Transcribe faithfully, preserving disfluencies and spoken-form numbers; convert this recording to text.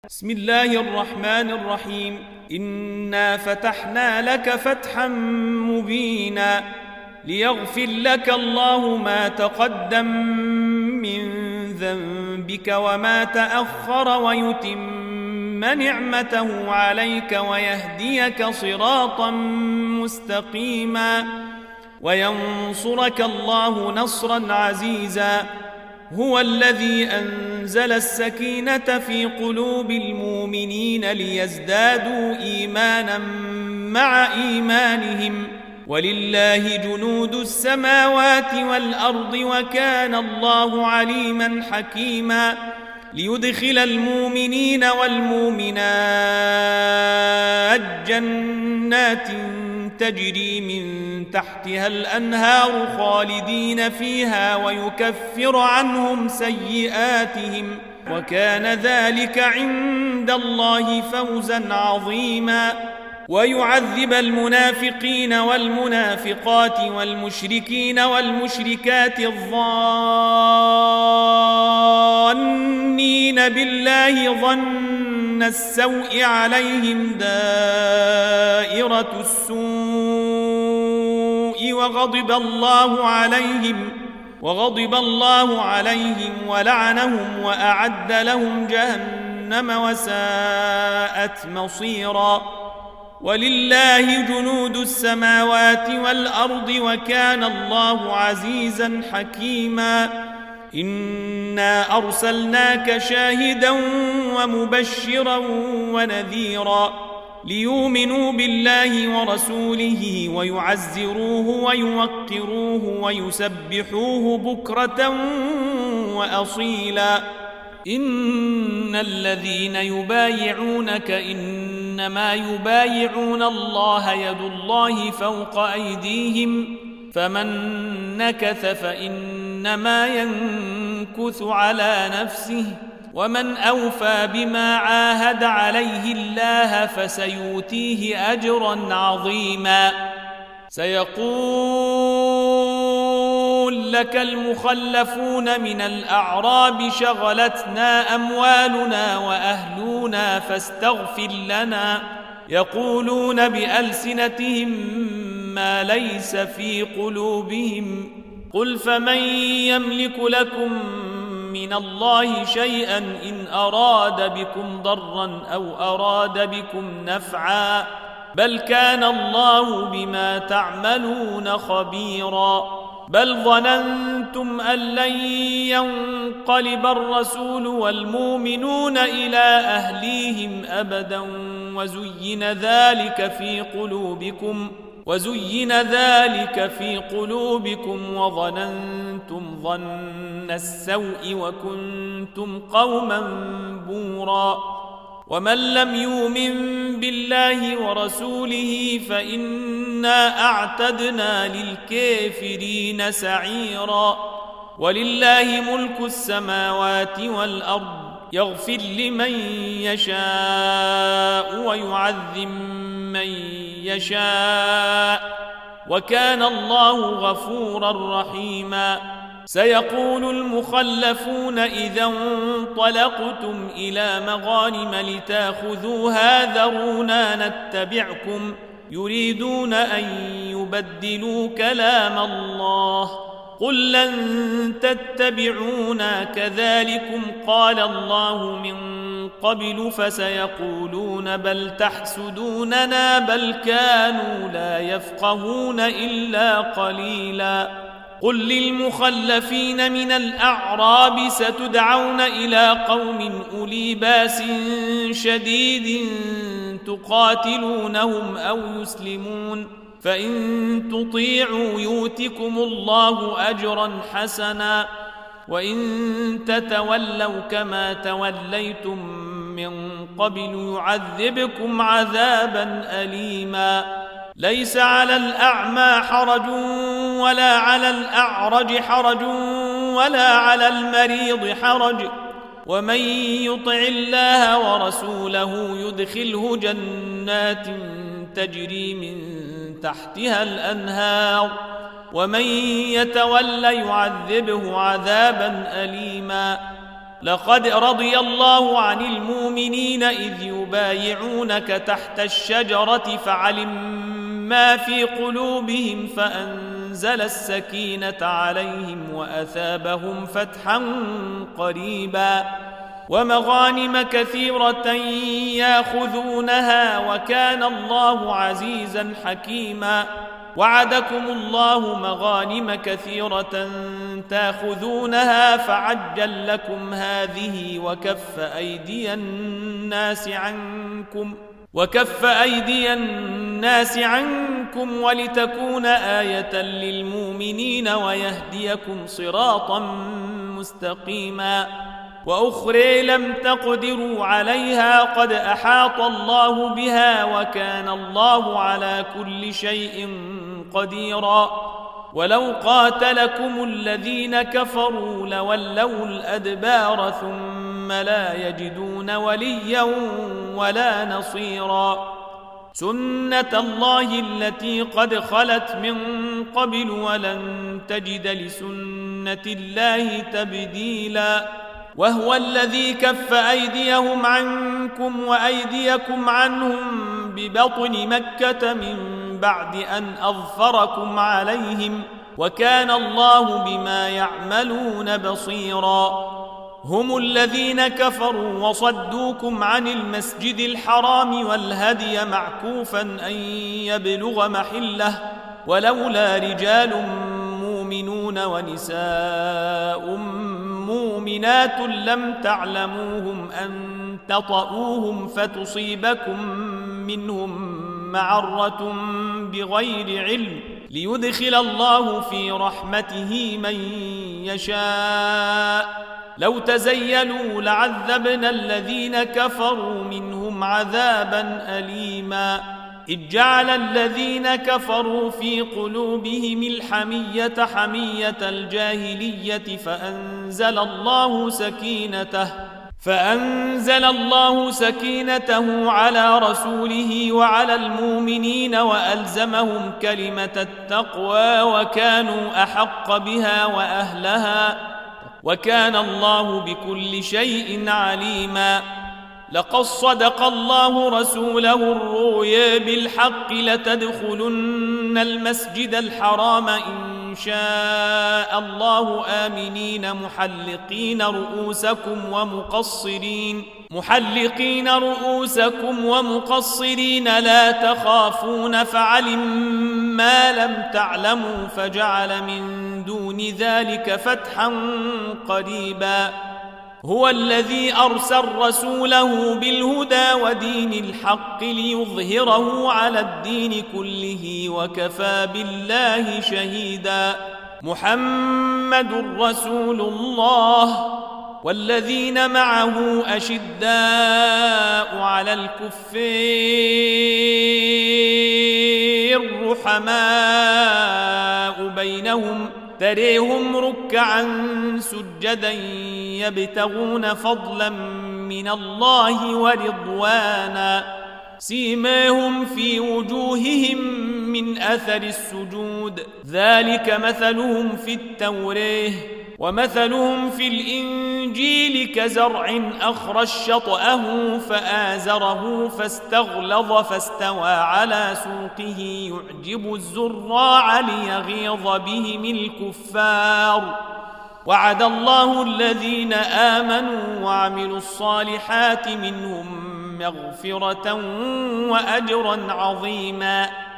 بسم الله الرحمن الرحيم. إنا فتحنا لك فتحا مبينا ليغفر لك الله ما تقدم من ذنبك وما تأخر ويتم نعمته عليك ويهديك صراطا مستقيما وينصرك الله نصرا عزيزا. هو الذي أنزل السكينة في قلوب المؤمنين ليزدادوا إيمانا مع إيمانهم ولله جنود السماوات والأرض وكان الله عليما حكيما. ليدخل المؤمنين والمؤمنات جنات تجري من تحتها الأنهار خالدين فيها ويكفر عنهم سيئاتهم وكان ذلك عند الله فوزا عظيما. ويعذب المنافقين والمنافقات والمشركين والمشركات الظانين بالله ظن السوء عليهم دائرة السوء وغضب الله عليهم وغضب الله عليهم ولعنهم وأعد لهم جهنم وساءت مصيرا. ولله جنود السماوات والأرض وكان الله عزيزا حكيما. إنا أرسلناك شاهدا ومبشرا ونذيرا ليؤمنوا بالله ورسوله ويعزروه ويوقروه ويسبحوه بكرة وأصيلا. إن الذين يبايعونك إنما يبايعون الله يد الله فوق أيديهم فمن نكث فإنما ينكث على نفسه ومن أوفى بما عاهد عليه الله فسيؤتيه أجرا عظيما. سيقول لك المخلفون من الأعراب شغلتنا أموالنا وأهلنا فاستغفر لنا يقولون بألسنتهم ما ليس في قلوبهم قل فمن يملك لكم من الله شيئا إن أراد بكم ضرا أو أراد بكم نفعا بل كان الله بما تعملون خبيرا. بل ظننتم أن لن ينقلب الرسول والمؤمنون إلى أهليهم أبدا وزين ذلك في قلوبكم وزين ذلك في قلوبكم وظننتم ظن السوء وكنتم قوما بورا. ومن لم يؤمن بالله ورسوله فإنا أعتدنا للكافرين سعيرا. ولله ملك السماوات والأرض يغفر لمن يشاء ويعذب من يشاء وكان الله غفورا رحيما. سيقول المخلفون إذا انطلقتم إلى مغانم لتاخذوها ذرونا نتبعكم يريدون أن يبدلوا كلام الله قل لن تتبعونا كذلكم قال الله من قبل فسيقولون بل تحسدوننا بل كانوا لا يفقهون إلا قليلا. قل للمخلفين من الأعراب ستدعون إلى قوم أولي باس شديد تقاتلونهم أو يسلمون فإن تطيعوا يؤتكم الله أجرا حسنا وإن تتولوا كما توليتم من قبل يعذبكم عذابا أليما. ليس على الأعمى حرج ولا على الأعرج حرج ولا على المريض حرج ومن يطع الله ورسوله يدخله جنات تجري من تحتها الأنهار ومن يتول يعذبه عذابا أليما. لقد رضي الله عن المؤمنين إذ يبايعونك تحت الشجرة فعلم ما في قلوبهم فأنزل السكينة عليهم وأثابهم فتحا قريبا ومغانم كثيرة ياخذونها وكان الله عزيزا حكيما وعدكم الله مغانم كثيرة تاخذونها فعجل لكم هذه وكف أيدي الناس عنكم وكف أيدي الناس عنكم ولتكون آية للمؤمنين ويهديكم صراطا مستقيما وأخرى لم تقدروا عليها قد أحاط الله بها وكان الله على كل شيء قديرا ولو قاتلكم الذين كفروا لولوا الأدبار ثم لا يجدون وليا ولا نصيرا سنة الله التي قد خلت من قبل ولن تجد لسنة الله تبديلا وهو الذي كف أيديهم عنكم وأيديكم عنهم ببطن مكة من بعد أن أظفركم عليهم وكان الله بما يعملون بصيرا هم الذين كفروا وصدوكم عن المسجد الحرام والهدي معكوفا أن يبلغ محله ولولا رجال مؤمنون ونساء مؤمنات لم تعلموهم أن تطؤوهم فتصيبكم منهم معرة بغير علم ليدخل الله في رحمته من يشاء لو تزيلوا لعذبنا الذين كفروا منهم عذابا أليما إذ جعل الذين كفروا في قلوبهم الحمية حمية الجاهلية فأنزل الله سكينته فأنزل الله سكينته على رسوله وعلى المؤمنين وألزمهم كلمة التقوى وكانوا أحق بها وأهلها وكان الله بكل شيء عليما لقد صدق الله رسوله الرؤيا بالحق لتدخلن المسجد الحرام إن شاء الله آمنين محلقين رؤوسكم ومقصرين محلقين رؤوسكم ومقصرين لا تخافون فعلم ما لم تعلموا فجعل من دون ذلك فتحا قريبا هو الذي أرسل رسوله بالهدى ودين الحق ليظهره على الدين كله وكفى بالله شهيدا محمد رسول الله والذين معه أشداء على الكفار رحماء بينهم تريهم ركعا سجدا يبتغون فضلا من الله ورضوانا سيماهم في وجوههم من أثر السجود ذلك مثلهم في التوراة ومثلهم في الإنجيل كزرع أخرج شطأه فآزره فاستغلظ فاستوى على سوقه يعجب الزراع ليغيظ بهم الكفار وعد الله الذين آمنوا وعملوا الصالحات منهم مغفرة وأجرا عظيما